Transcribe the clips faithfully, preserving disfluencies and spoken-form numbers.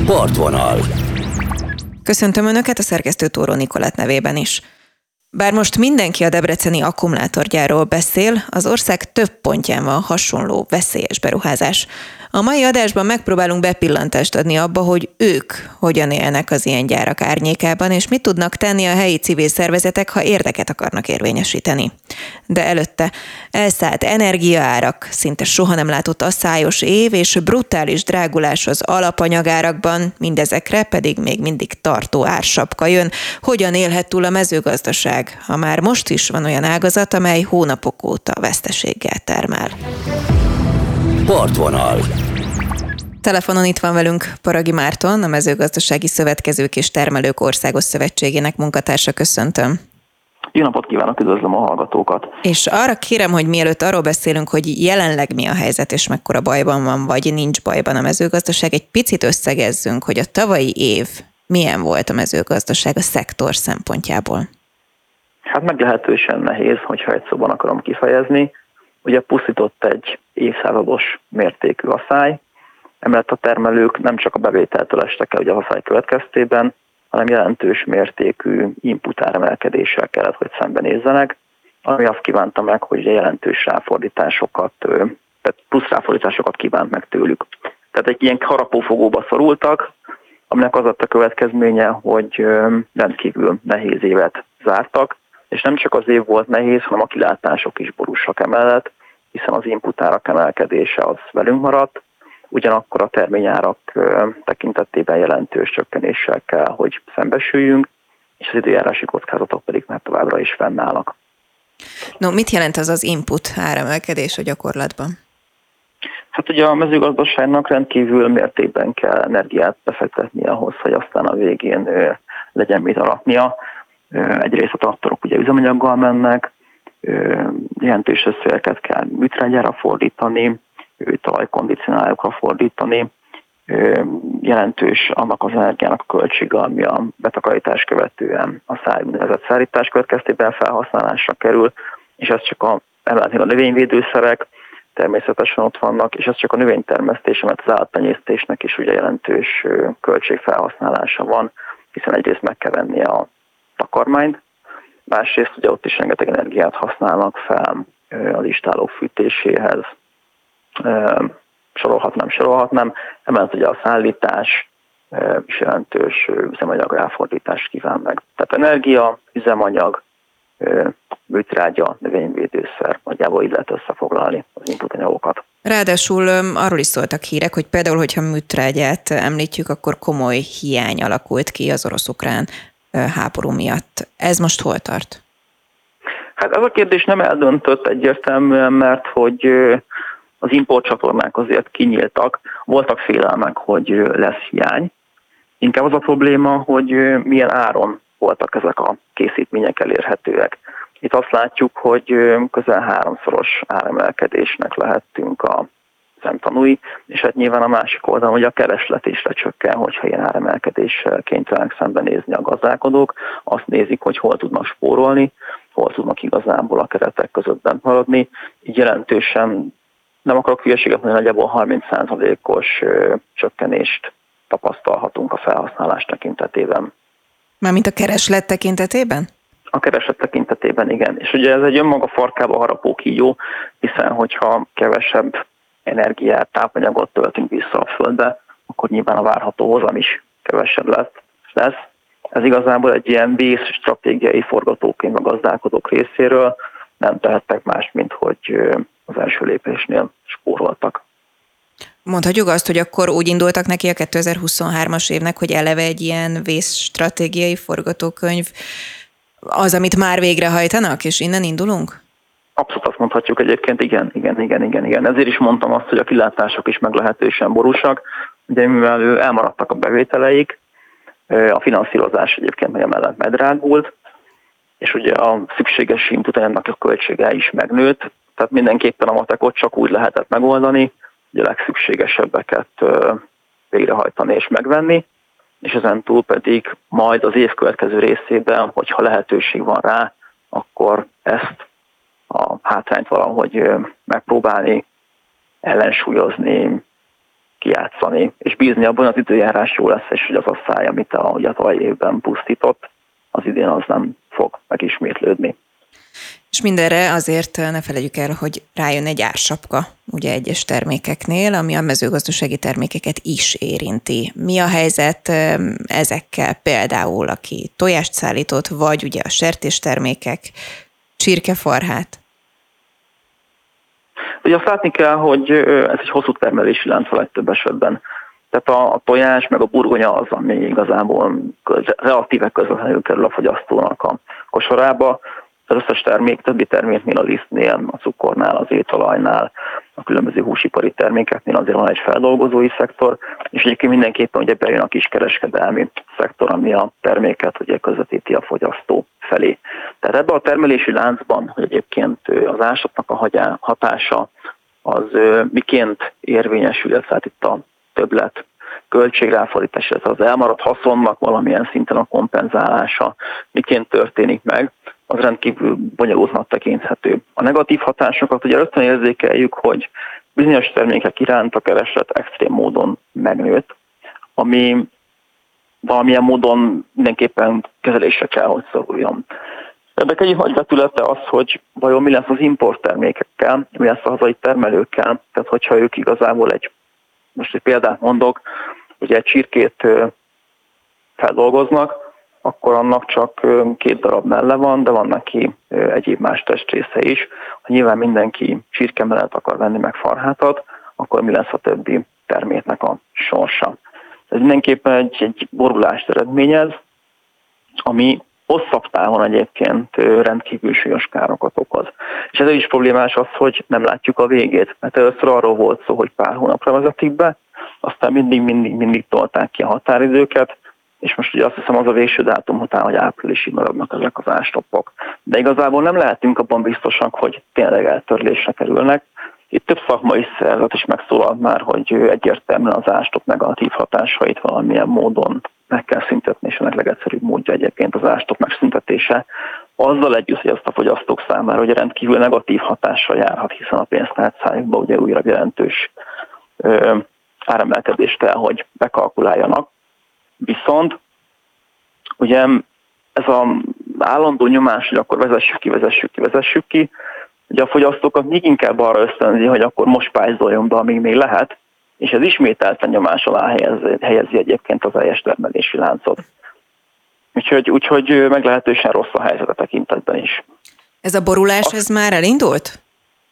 Partvonal. Köszöntöm Önöket a szerkesztő Tóró Nikolett nevében is. Bár most mindenki a debreceni akkumulátorgyárról beszél, az ország több pontján van hasonló veszélyes beruházás. A mai adásban megpróbálunk bepillantást adni abba, hogy ők hogyan élnek az ilyen gyárak árnyékában, és mit tudnak tenni a helyi civil szervezetek, ha érdeket akarnak érvényesíteni. De előtte elszállt energiaárak, szinte soha nem látott asszályos év, és brutális drágulás az alapanyagárakban, mindezekre pedig még mindig tartó ársapka jön. Hogyan élhet túl a mezőgazdaság, ha már most is van olyan ágazat, amely hónapok óta veszteséggel termel? Partvonal. Telefonon itt van velünk Paragi Márton, a Mezőgazdasági Szövetkezők és Termelők Országos Szövetségének munkatársa. Köszöntöm. Jó napot kívánok, üdvözlöm a hallgatókat. És arra kérem, hogy mielőtt arról beszélünk, hogy jelenleg mi a helyzet, és mekkora bajban van, vagy nincs bajban a mezőgazdaság, egy picit összegezzünk, hogy a tavalyi év milyen volt a mezőgazdaság a szektor szempontjából. Hát meglehetősen nehéz, hogyha egy szóban akarom kifejezni. Ugye pusztított egy évszázados mértékű asszály, emellett a termelők nem csak a bevételtől estek el ugye a asszály következtében, hanem jelentős mértékű input áremelkedéssel kellett, hogy szembenézzenek, ami azt kívánta meg, hogy jelentős ráfordításokat, tehát plusz ráfordításokat kívánt meg tőlük. Tehát egy ilyen harapófogóba szorultak, aminek az lett a következménye, hogy rendkívül nehéz évet zártak, és nem csak az év volt nehéz, hanem a kilátások is borúsak emellett, hiszen az input árak emelkedése az velünk maradt, ugyanakkor a terményárak tekintetében jelentős csökkenéssel kell, hogy szembesüljünk, és az időjárási kockázatok pedig már továbbra is fennállnak. No, mit jelent az az input áremelkedés a gyakorlatban? Hát ugye a mezőgazdaságnak rendkívül mértékben kell energiát befektetni ahhoz, hogy aztán a végén legyen mit aratnia. Egyrészt a traktorok ugye üzemanyaggal mennek, jelentős összegeket kell műtrágyára fordítani, talajkondicionálókra fordítani, jelentős annak az energiának a költsége, ami a betakarítás követően a szállítás szállítás következtében felhasználásra kerül, és ez csak a, a növényvédőszerek természetesen ott vannak, és ez csak a növénytermesztés, mert az állattenyésztésnek is ugye jelentős költségfelhasználása van, hiszen egyrészt meg kell vennie a takarmányt, másrészt ugye ott is rengeteg energiát használnak fel az istállók fűtéséhez. Sorolhatnám, sorolhatnám. Emellett ugye a szállítás is jelentős üzemanyag ráfordítást kíván meg. Tehát energia, üzemanyag, műtrágya, növényvédőszer, nagyjából így lehet összefoglalni az inputanyagokat. Ráadásul arról is szóltak hírek, hogy például, hogyha műtrágyát említjük, akkor komoly hiány alakult ki az orosz-ukrán háború miatt. Ez most hol tart? Hát ez a kérdés nem eldöntött egyértelműen, mert hogy az importcsatornák azért kinyíltak, voltak félelmek, hogy lesz hiány. Inkább az a probléma, hogy milyen áron voltak ezek a készítmények elérhetőek. Itt azt látjuk, hogy közel háromszoros áremelkedésnek lehettünk a szemtanúi, és hát nyilván a másik oldalon, hogy a kereslet is lecsökken, hogyha ilyen áremelkedéssel kénytelenek szembenézni a gazdálkodók, azt nézik, hogy hol tudnak spórolni, hol tudnak igazából a keretek között bent maradni, így jelentősen nem akarok hülyeséget mondani, nagyjából harminc százalékos csökkenést tapasztalhatunk a felhasználás tekintetében. Mármint a kereslet tekintetében? A kereslet tekintetében igen. És ugye ez egy önmaga farkába harapó kígyó, hiszen hogyha kevesebb energiát, tápanyagot töltünk vissza a földbe, akkor nyilván a várható hozam is kevesebb lesz. lesz. Ez igazából egy ilyen vész stratégiai forgatókönyv a gazdálkodók részéről, nem tehettek más, mint hogy az első lépésnél spóroltak. Mondhatjuk azt, hogy akkor úgy indultak neki a kétezer-huszonhármas évnek, hogy eleve egy ilyen vészstratégiai forgatókönyv az, amit már végrehajtanak, és innen indulunk? Abszolút azt mondhatjuk egyébként, igen, igen, igen, igen, igen. Ezért is mondtam azt, hogy a kilátások is meglehetősen borúsak, ugye mivel elmaradtak a bevételeik, a finanszírozás egyébként meg emellett megdrágult, és ugye a szükséges inputanyagnak a költsége is megnőtt, tehát mindenképpen a matekot csak úgy lehetett megoldani, hogy a legszükségesebbeket végrehajtani és megvenni, és ezen túl pedig majd az év következő részében, hogyha lehetőség van rá, akkor ezt a hátrányt valahogy megpróbálni ellensúlyozni kijátszani, és bízni abban, az időjárás jó lesz, és hogy az a száj, amit a, a tavaly évben pusztított, az idén az nem fog megismétlődni. És mindenre azért ne felejtjük el, hogy rájön egy ársapka, ugye egyes termékeknél, ami a mezőgazdasági termékeket is érinti. Mi a helyzet ezekkel például, aki tojást szállított, vagy ugye a sertéstermékek, csirkefarhát? Ugye azt látni kell, hogy ez egy hosszú termelési lánc a legtöbb esetben. Tehát a, a tojás meg a burgonya az, ami igazából köz, relatíve közvetlenül kerül a fogyasztónak a kosarába. Az összes termék, többi terméknél, a lisztnél, a cukornál, az étolajnál, a különböző húsipari termékeknél azért van egy feldolgozói szektor, és egyébként mindenképpen ugye bejön a kiskereskedelmi szektor, ami a terméket ugye közvetíti a fogyasztó felé. Tehát ebben a termelési láncban, hogy egyébként az ásatnak a hatása az miként érvényesül, illetve hát itt a többlet költségráfordítás, illetve az elmaradt haszonnak valamilyen szinten a kompenzálása miként történik meg, az rendkívül bonyolultnak tekinthető. A negatív hatásokat ugye rögtön érzékeljük, hogy bizonyos termékek iránt a kereslet extrém módon megnőtt, ami valamilyen módon mindenképpen kezelésre kell, hogy szoruljon. Ennek egyik nagy vetülete az, hogy vajon mi lesz az importtermékekkel, mi lesz a hazai termelőkkel, tehát hogyha ők igazából egy, most egy példát mondok, hogy egy csirkét feldolgoznak, akkor annak csak két darab melle van, de van neki egyéb más testrésze is. Ha nyilván mindenki csirkemellet akar venni, meg farhátat, akkor mi lesz a többi terméknek a sorsa. Ez mindenképpen egy, egy borulást eredményez, ami hosszabb távon egyébként rendkívül súlyos károkat okoz. És ez is problémás az, hogy nem látjuk a végét, mert először arról volt szó, hogy pár hónapra vezetik be, aztán mindig-mindig-mindig tolták ki a határidőket, és most ugye azt hiszem az a végső dátum után, hogy áprilisig maradnak ezek az ástoppok. De igazából nem lehetünk abban biztosak, hogy tényleg eltörlésre kerülnek. Itt több szakmai szervezet is megszólalt már, hogy egyértelműen az ástop negatív hatásait valamilyen módon meg kell szüntetni, és ennek legegyszerűbb módja egyébként az ástop megszüntetése. Azzal együtt, hogy azt a fogyasztók számára ugye rendkívül negatív hatással járhat, hiszen a pénztárcájukba ugye újra jelentős ö, áremelkedést kell, hogy bekalkuláljanak. Viszont ugye ez az állandó nyomás, hogy akkor vezessük ki, vezessük ki, vezessük ki, ugye a fogyasztókat még inkább arra ösztönzi, hogy akkor most pályázoljon be, amíg még lehet, és ez ismételten nyomás alá helyezi, helyezi egyébként az teljes termelési láncot. Úgyhogy, úgyhogy meglehetősen rossz a helyzet a tekintetben is. Ez a borulás, a... ez már elindult?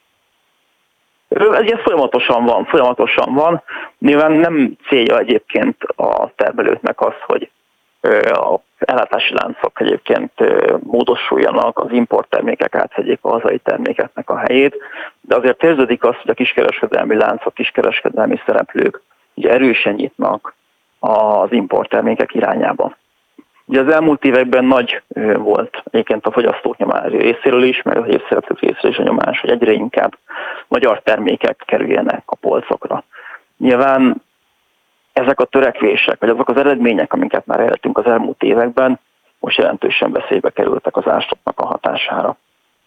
Ez folyamatosan van, folyamatosan van. Nyilván nem célja egyébként a termelőknek az, hogy az ellátási láncok egyébként módosuljanak, az importtermékek átvegyék a hazai termékeknek a helyét, de azért érződik az, hogy a kiskereskedelmi láncok, kiskereskedelmi szereplők ugye erősen nyitnak az importtermékek irányába. Ugye az elmúlt években nagy volt egyébként a fogyasztók nyomás részéről is, meg az egyéb szereplők részéről is a nyomás, hogy egyre inkább magyar termékek kerüljenek a polcokra. Nyilván ezek a törekvések, vagy azok az eredmények, amiket már elértünk az elmúlt években, most jelentősen veszélybe kerültek az ástopnak a hatására.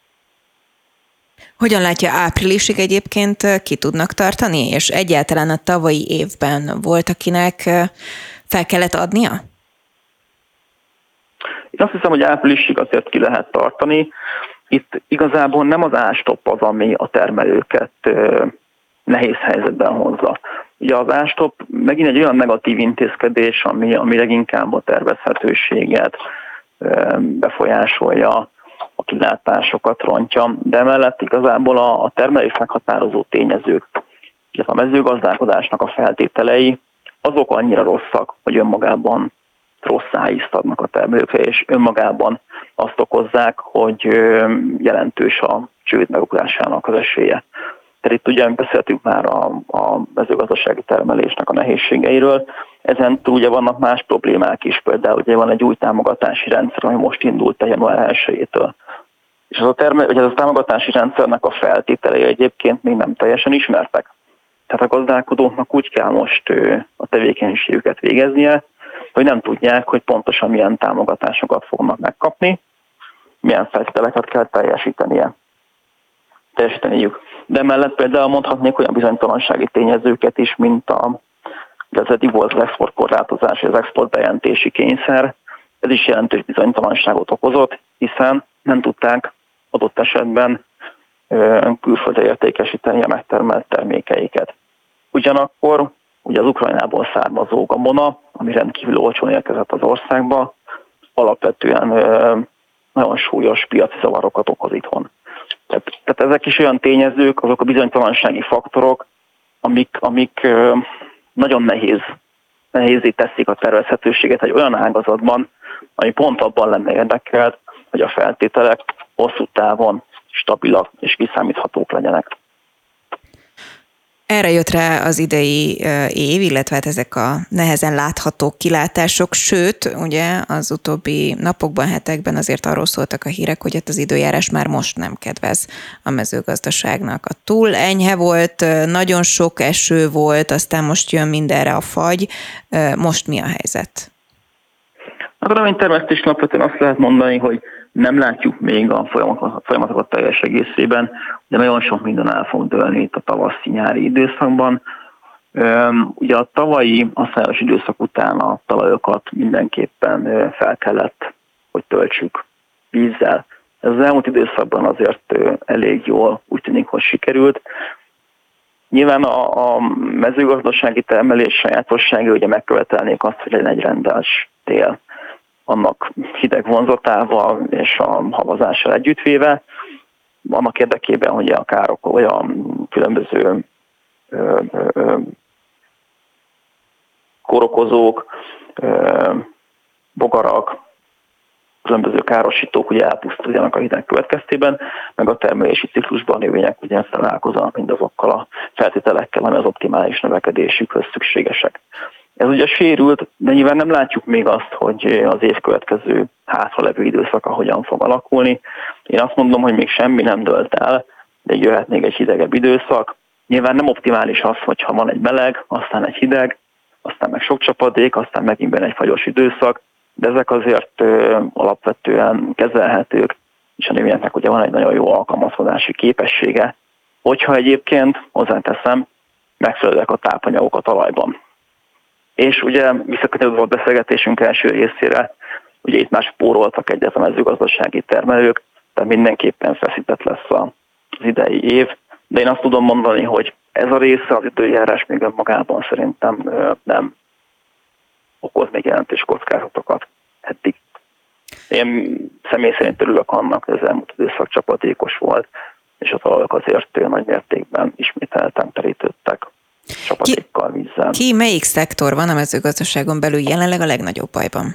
Hogyan látja, áprilisig egyébként ki tudnak tartani? És egyáltalán a tavalyi évben volt, akinek fel kellett adnia? Én azt hiszem, hogy áprilisig azért ki lehet tartani. Itt igazából nem az ástop az, ami a termelőket nehéz helyzetben hozza. Ugye az ástop megint egy olyan negatív intézkedés, ami, ami leginkább a tervezhetőséget befolyásolja, a kilátásokat rontja, de emellett igazából a, a termelés meghatározó tényezők, illetve a mezőgazdálkodásnak a feltételei, azok annyira rosszak, hogy önmagában rosszá ízt adnak a termelőkre, és önmagában azt okozzák, hogy jelentős a csőd megugrásának az esélye. Tehát itt ugye beszéltünk már a, a mezőgazdasági termelésnek a nehézségeiről, ezen túl ugye vannak más problémák is, például ugye van egy új támogatási rendszer, ami most indult a január elsejétől. És az a, termel, vagy az a támogatási rendszernek a feltételei egyébként még nem teljesen ismertek. Tehát a gazdálkodóknak úgy kell most a tevékenységüket végeznie, hogy nem tudják, hogy pontosan milyen támogatásokat fognak megkapni, milyen feltételeket kell teljesítenie. teljesíteniük. De mellett például mondhatnék olyan bizonytalansági tényezőket is, mint a de ez eddig volt az exportkorlátozás, az export bejelentési kényszer, ez is jelentős bizonytalanságot okozott, hiszen nem tudták adott esetben külföldre értékesíteni a megtermelt termékeiket. Ugyanakkor ugye az Ukrajnából származó gabona, ami rendkívül olcsón érkezett az országba, alapvetően nagyon súlyos piaci zavarokat okoz itthon. Tehát, tehát ezek is olyan tényezők, azok a bizonytalansági faktorok, amik, amik nagyon nehéz, nehézé teszik a tervezhetőséget egy olyan ágazatban, ami pont abban lenne érdekelt, hogy a feltételek hosszú távon stabilak és kiszámíthatók legyenek. Erre jött rá az idei év, illetve hát ezek a nehezen látható kilátások, sőt, ugye az utóbbi napokban, hetekben azért arról szóltak a hírek, hogy az időjárás már most nem kedvez a mezőgazdaságnak. A túl enyhe volt, nagyon sok eső volt, aztán most jön mindenre a fagy. Most mi a helyzet? A növénytermesztés alapvetően azt lehet mondani, hogy nem látjuk még a folyamatokat, folyamatokat teljes egészében, de nagyon sok minden el fog dőlni itt a tavaszi-nyári időszakban. Ugye a tavalyi asszályos időszak után a talajokat mindenképpen fel kellett, hogy töltsük vízzel. Ez az elmúlt időszakban azért elég jól úgy tűnik, hogy sikerült. Nyilván a, a mezőgazdasági termelés sajátossága ugye megkövetelnék azt, hogy legyen egy rendes tél, annak hideg vonzatával és a havazással együttvéve, annak érdekében, hogy a károk, vagy a különböző ö, ö, korokozók, ö, bogarak, különböző károsítók ugye elpusztuljanak a hideg következtében, meg a termelési ciklusban a növények ugye találkoznak mindazokkal a feltételekkel, ami az optimális növekedésükhöz szükségesek. Ez ugye sérült, de nyilván nem látjuk még azt, hogy az év következő hátralevő időszaka hogyan fog alakulni. Én azt mondom, hogy még semmi nem dőlt el, de jöhet még egy hidegebb időszak. Nyilván nem optimális az, hogyha van egy meleg, aztán egy hideg, aztán meg sok csapadék, aztán megint benne egy fagyos időszak, de ezek azért ö, alapvetően kezelhetők, és a növényeknek ugye van egy nagyon jó alkalmazkodási képessége, hogyha egyébként, hozzáteszem, megfelelőek a tápanyagok a talajban. És ugye visszakötődve volt beszélgetésünk első részére, ugye itt már spóroltak egyet a mezőgazdasági termelők, tehát mindenképpen feszített lesz az idei év, de én azt tudom mondani, hogy ez a része az időjárás még önmagában szerintem nem okoz még jelentős kockázatokat eddig. Én személy szerint örülök annak, hogy az elmúlt időszak csapadékos volt, és a talajok azért nagy mértékben ismételten terítődtek csapadékkal, vízzel. Ki, melyik szektor van a mezőgazdaságon belül jelenleg a legnagyobb bajban?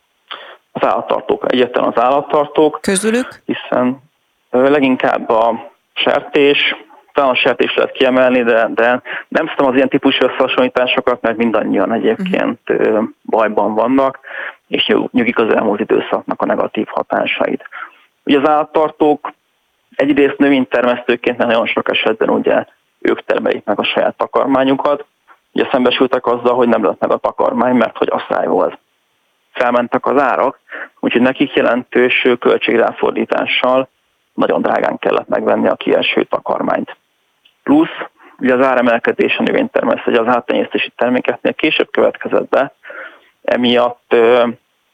Az állattartók, egyáltalán az állattartók. Közülük? Hiszen leginkább a sertés, talán a sertés lehet kiemelni, de, de nem sztem az ilyen típusú összehasonlításokat, mert mindannyian egyébként uh-huh. bajban vannak, és nyugik az elmúlt időszaknak a negatív hatásait. Ugye az állattartók egyrészt növénytermesztőként, mert nagyon sok esetben ugye ők termelik meg a saját takarmányukat. Ugye szembesültek azzal, hogy nem lett meg a takarmány, mert hogy asszály volt. Felmentek az árak, úgyhogy nekik jelentős költségráfordítással nagyon drágán kellett megvenni a kieső takarmányt. Plusz, ugye az áremelkedés a növénytermesztés, az állattenyésztési termékeknél később következett be, emiatt ö,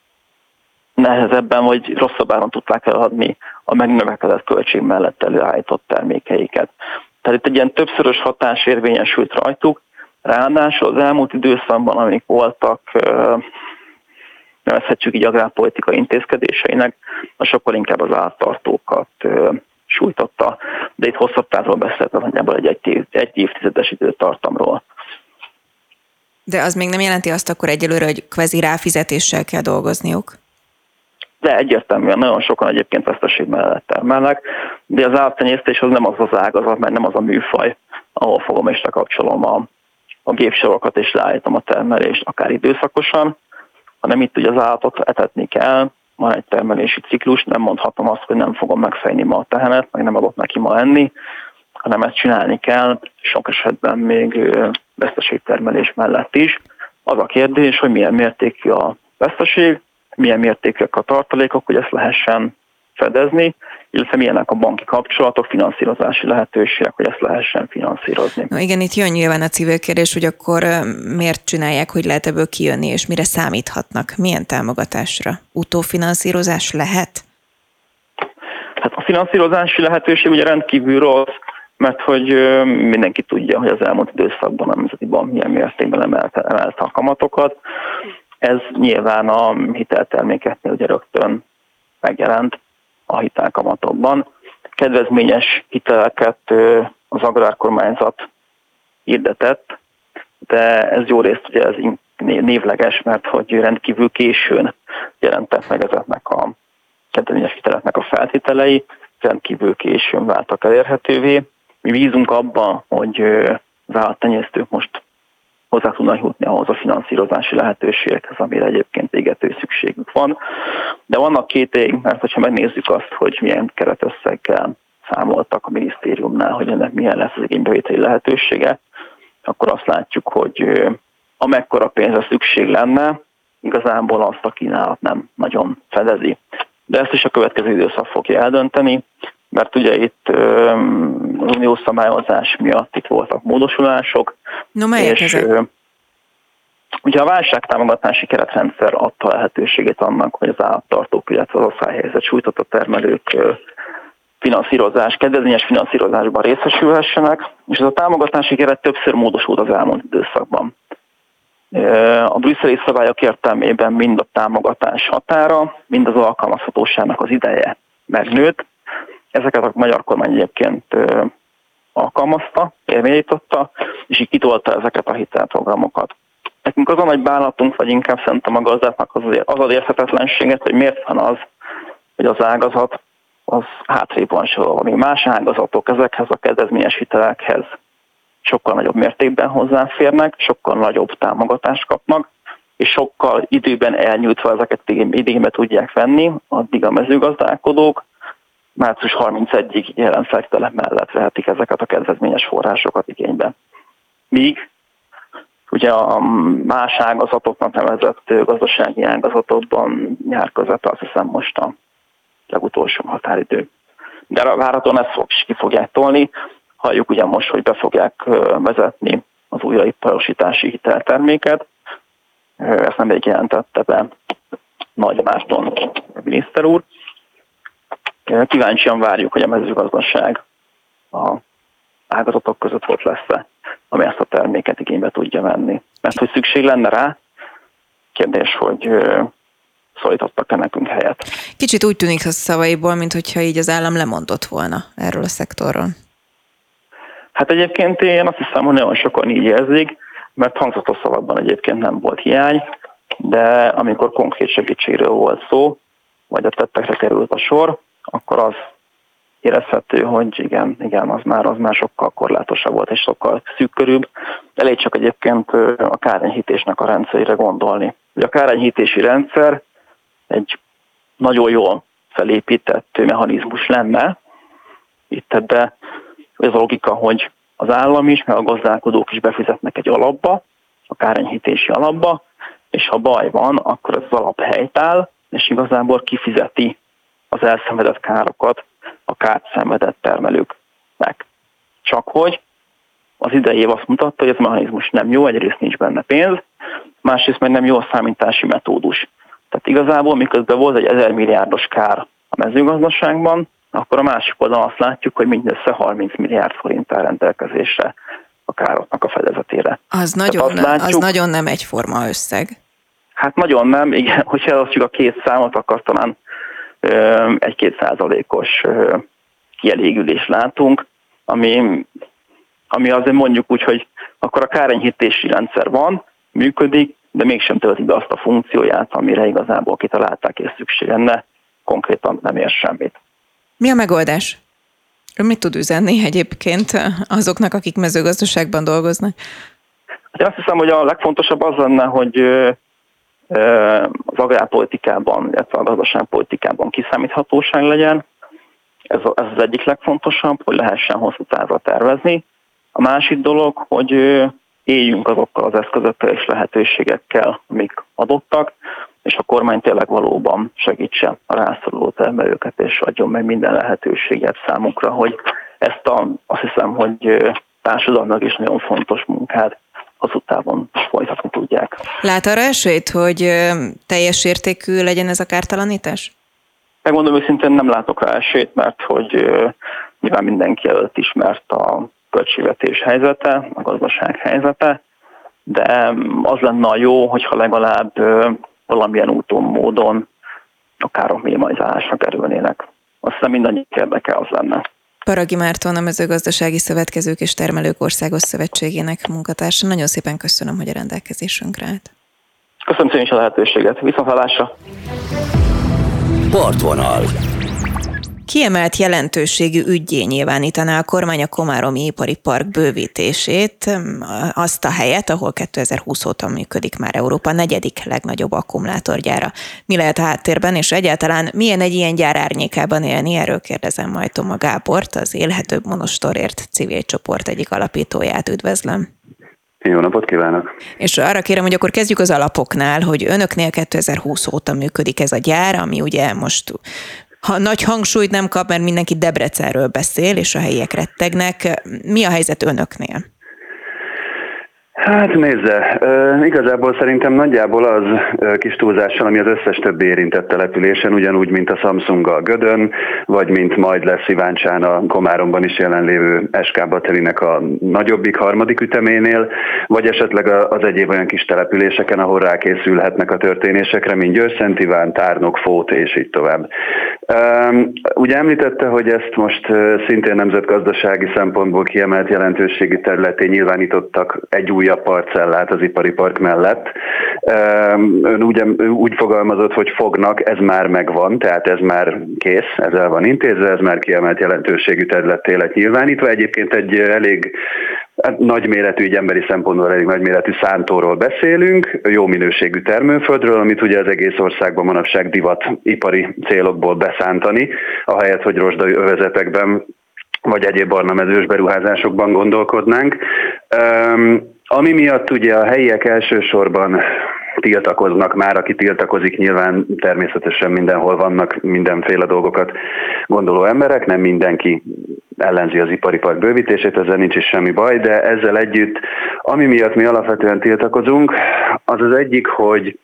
nehezebben vagy rosszabb áron tudták eladni a megnövekedett költség mellett előállított termékeiket. Tehát itt egy ilyen többszörös hatás érvényesült rajtuk, ráadásul az elmúlt időszakban, amik voltak, nevezhetjük így agrárpolitikai intézkedéseinek, a sokkal inkább az állattartókat sújtotta, de itt hosszabb távról beszéltem, nagyjából egy, egy, egy évtizedes időtartamról. De az még nem jelenti azt akkor egyelőre, hogy kvázi ráfizetéssel kell dolgozniuk? De egyértelműen nagyon sokan egyébként veszteség mellett termelnek, de az állattenyésztés az nem az az ágazat, mert nem az a műfaj, ahol fogom és lekapcsolom a, a gépsorokat és leállítom a termelést akár időszakosan, hanem itt ugye az állatot etetni kell, van egy termelési ciklus, nem mondhatom azt, hogy nem fogom megfejni ma a tehenet, meg nem adok neki ma enni, hanem ezt csinálni kell, sok esetben még veszteségtermelés mellett is. Az a kérdés, hogy milyen mértékű a veszteség, milyen mértékűek a tartalékok, hogy ezt lehessen fedezni, illetve milyenek a banki kapcsolatok, finanszírozási lehetőségek, hogy ezt lehessen finanszírozni. No, igen, itt jön nyilván a civil kérdés, hogy akkor miért csinálják, hogy lehet ebből kijönni, és mire számíthatnak? Milyen támogatásra? Utófinanszírozás lehet? Hát a finanszírozási lehetőség ugye rendkívül rossz, mert hogy mindenki tudja, hogy az elmúlt időszakban a Nemzeti Bank milyen mértékben emelte, emelte a kamatokat. Ez nyilván a hiteltermékeknél ugye rögtön megjelent a hitelkamatokban. Kedvezményes hiteleket az agrárkormányzat hirdetett, de ez jó részt ugye ez névleges, mert hogy rendkívül későn jelentek meg ezeknek a kedvezményes hiteleknek a feltételei, rendkívül későn váltak elérhetővé. Mi bízunk abban, hogy az állattenyésztők most hozzá tudnak jutni ahhoz a finanszírozási lehetőségekhez, amire egyébként égető szükségük van. De vannak kételyek, mert ha megnézzük azt, hogy milyen keretösszeggel számoltak a minisztériumnál, hogy ennek milyen lesz az igénybevételi lehetősége, akkor azt látjuk, hogy amekkora pénzre szükség lenne, igazából azt a kínálat nem nagyon fedezi. De ezt is a következő időszak fogja eldönteni, mert ugye itt az uniós szabályozás miatt itt voltak módosulások. No, melyek és ezek? Ugye a válságtámogatási keretrendszer adta lehetőséget annak, hogy az állattartók, illetve az asszályhelyzet sújtott a termelők finanszírozás, kedvezményes finanszírozásban részesülhessenek, és ez a támogatási keret többször módosult az elmúlt időszakban. A brüsszeli szabályok értelmében mind a támogatás határa, mind az alkalmazhatóságnak az ideje megnőtt. Ezeket a magyar kormány egyébként alkalmazta, érvényította, és így kitolta ezeket a hitelprogramokat. Nekünk az a nagy bánatunk, vagy inkább szerintem a gazdáknak az az, az érthetetlenséget, hogy miért van az, hogy az ágazat az hátrébb van sorolva. Míg más ágazatok ezekhez a kedvezményes hitelekhez sokkal nagyobb mértékben hozzáférnek, sokkal nagyobb támogatást kapnak, és sokkal időben elnyújtva ezeket igénybe tudják venni, addig a mezőgazdálkodók március harmincegyedikéig jelen feltételek mellett vehetik ezeket a kedvezményes forrásokat igénybe. Míg ugye a más ágazatoknak nevezett gazdasági ágazatokban nyár között azt hiszem most a legutolsó határidő. De várhatóan ezt fog, ki fogják tolni. Halljuk ugye most, hogy be fogják vezetni az újraiparosítási hitelterméket. Ezt nem egy jelentette be Nagy Márton miniszter úr. Kíváncsian várjuk, hogy a mezőgazdaság a ágazatok között ott lesz-e, ami ezt a terméket igénybe tudja venni. Mert hogy szükség lenne rá, kérdés, hogy szólítottak-e nekünk helyet. Kicsit úgy tűnik a szavaiból, mintha így az állam lemondott volna erről a szektorról. Hát egyébként én azt hiszem, hogy nagyon sokan így érzik, mert hangzatos szavakban egyébként nem volt hiány, de amikor konkrét segítségről volt szó, vagy a tettekre került a sor, akkor az érezhető, hogy igen, igen, az már, az már sokkal korlátosabb volt, és sokkal szűkkörűbb. Elég csak egyébként a kárenyhítésnek a rendszerére gondolni. A kárenyhítési rendszer egy nagyon jól felépített mechanizmus lenne. Itt ebbe ez a logika, hogy az állam is, meg a gazdálkodók is befizetnek egy alapba, a kárenyhítési alapba, és ha baj van, akkor ez az alap helytáll, és igazából kifizeti az elszenvedett károkat a kárt szenvedett termelőknek. Csak hogy az idei év azt mutatta, hogy ez a mechanizmus nem jó, egyrészt nincs benne pénz, másrészt meg nem jó a számítási metódus. Tehát igazából miközben volt egy ezer milliárdos kár a mezőgazdaságban, akkor a másik oldalon azt látjuk, hogy mindössze harminc milliárd forint áll rendelkezésre a károknak a fedezetére. Az nagyon, látjuk, az nagyon nem egyforma összeg. Hát nagyon nem, igen, hogyha elosztjuk a két számot, akkor talán egy-két százalékos kielégülést látunk, ami, ami azért mondjuk úgy, hogy akkor a kárenyhítési rendszer van, működik, de mégsem tölti be azt a funkcióját, amire igazából kitalálták, és szükség lenne, konkrétan nem ér semmit. Mi a megoldás? Ön mit tud üzenni egyébként azoknak, akik mezőgazdaságban dolgoznak? Hát én azt hiszem, hogy a legfontosabb az lenne, hogy az agrárpolitikában, illetve a gazdaságpolitikában kiszámíthatóság legyen. Ez az egyik legfontosabb, hogy lehessen hosszú távra tervezni. A másik dolog, hogy éljünk azokkal az eszközökkel és lehetőségekkel, amik adottak. és a kormány tényleg valóban segítse a rászoruló termelőket, és adjon meg minden lehetőséget számunkra, hogy ezt a, azt hiszem, hogy társadalomnak is nagyon fontos munkát azután folytatni tudják. Lát arra esélyt, hogy teljes értékű legyen ez a kártalanítás? Megmondom őszintén, nem látok rá esélyt, mert hogy nyilván mindenki előtt ismert a költségvetés helyzete, a gazdaság helyzete, de az lenne a jó, hogyha legalább valamilyen úton, módon a károk minimalizálásra kerülnének. Azt hiszem mindannyiuk érdeke az lenne. Paragi Márton, a Mezőgazdasági Szövetkezők és Termelők Országos Szövetségének munkatársa. Nagyon szépen köszönöm, hogy a rendelkezésünkre állt. Köszönöm szépen is a lehetőséget. Viszonthallásra! Partvonal. Kiemelt jelentőségű üggyé nyilvánítaná a kormány a komáromi ipari park bővítését, azt a helyet, ahol kétezer-húsz óta működik már Európa negyedik legnagyobb akkumulátorgyára. Mi lehet a háttérben, és egyáltalán milyen egy ilyen gyár árnyékában élni? Erről kérdezem majd Toma Gábort, az Élhetőbb Monostorért civil csoport egyik alapítóját. Üdvözlöm! Jó napot kívánok! És arra kérem, hogy akkor kezdjük az alapoknál, hogy önöknél kétezer-húsz óta működik ez a gyár, ami ugye most ha nagy hangsúlyt nem kap, mert mindenki Debrecenről beszél, és a helyiek rettegnek. Mi a helyzet önöknél? Hát nézze, uh, igazából szerintem nagyjából az uh, kis túlzással, ami az összes többi érintett településen, ugyanúgy, mint a Samsunga Gödön, vagy mint majd lesz Iváncsán a Komáromban is jelenlévő es ká Batterinek a nagyobbik, harmadik üteménél, vagy esetleg az egyéb olyan kis településeken, ahol rákészülhetnek a történésekre, mint Győr-Szent Iván, Tárnok, Fót és így tovább. Um, ugye említette, hogy ezt most uh, szintén nemzetgazdasági szempontból kiemelt jelentőségi területén nyilvánítottak egy új a parcellát az ipari park mellett. Ön úgy, úgy fogalmazott, hogy fognak, ez már megvan, tehát ez már kész, ezzel van intézve, ez már kiemelt jelentőségű területté lett nyilvánítva. Egyébként egy elég nagyméretű, így emberi szempontból elég nagyméretű szántóról beszélünk, jó minőségű termőföldről, amit ugye az egész országban manapság divat ipari célokból beszántani, ahelyett, hogy rozsdai övezetekben vagy egyéb barnamezős beruházásokban gondolkodnánk. Um, ami miatt ugye a helyiek elsősorban tiltakoznak már, aki tiltakozik, nyilván természetesen mindenhol vannak mindenféle dolgokat gondoló emberek, nem mindenki ellenzi az ipari park bővítését, ezzel nincs is semmi baj, de ezzel együtt, ami miatt mi alapvetően tiltakozunk, az az egyik, hogy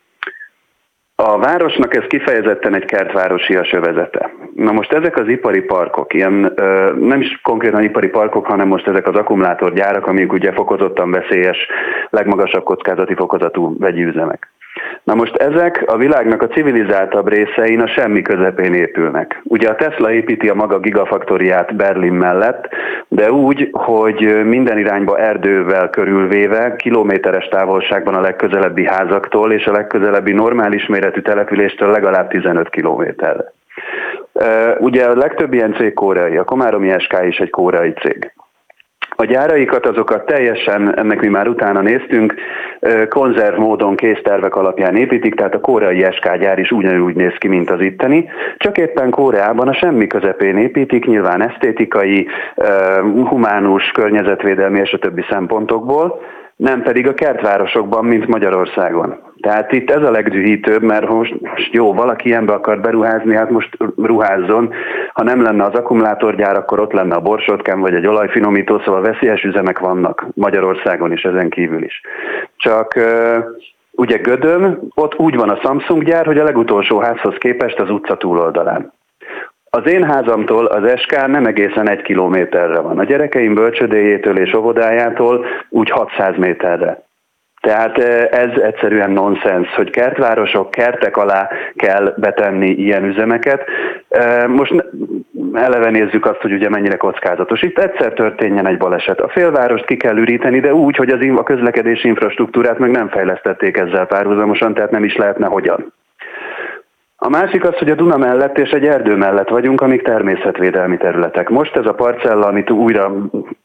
a városnak ez kifejezetten egy kertvárosias övezete. Na most ezek az ipari parkok, ilyen nem is konkrétan ipari parkok, hanem most ezek az akkumulátorgyárak, amik ugye fokozottan veszélyes, legmagasabb kockázati fokozatú vegyi üzemek. Na most ezek a világnak a civilizáltabb részein a semmi közepén épülnek. Ugye a Tesla építi a maga gigafaktoriát Berlin mellett, de úgy, hogy minden irányba erdővel körülvéve, kilométeres távolságban a legközelebbi házaktól és a legközelebbi normális méretű településtől legalább tizenöt kilométerre. Ugye a legtöbb ilyen cég koreai, a Komáromi es ká is egy koreai cég. A gyáraikat azokat teljesen, ennek mi már utána néztünk, konzerv módon késztervek alapján építik, tehát a koreai es ká gyár is ugyanúgy néz ki, mint az itteni, csak éppen Koreában a semmi közepén építik, nyilván esztétikai, humánus, környezetvédelmi és a többi szempontokból, nem pedig a kertvárosokban, mint Magyarországon. Tehát itt ez a legdühítőbb, mert most, most jó, valaki ilyenbe akar beruházni, hát most ruházzon. Ha nem lenne az akkumulátorgyár, akkor ott lenne a borsótkám vagy egy olajfinomító, szóval veszélyes üzemek vannak Magyarországon is, ezen kívül is. Csak ugye Gödön, ott úgy van a Samsung gyár, hogy a legutolsó házhoz képest az utca túloldalán. Az én házamtól az es ká nem egészen egy kilométerre van. A gyerekeim bölcsödéjétől és óvodájától úgy hatszáz méterre. Tehát ez egyszerűen nonsens, hogy kertvárosok, kertek alá kell betenni ilyen üzemeket. Most eleve nézzük azt, hogy ugye mennyire kockázatos. Itt egyszer történjen egy baleset. A félvárost ki kell üríteni, de úgy, hogy az a közlekedési infrastruktúrát meg nem fejlesztették ezzel párhuzamosan, tehát nem is lehetne hogyan. A másik az, hogy a Duna mellett és egy erdő mellett vagyunk, amik természetvédelmi területek. Most ez a parcella, amit újra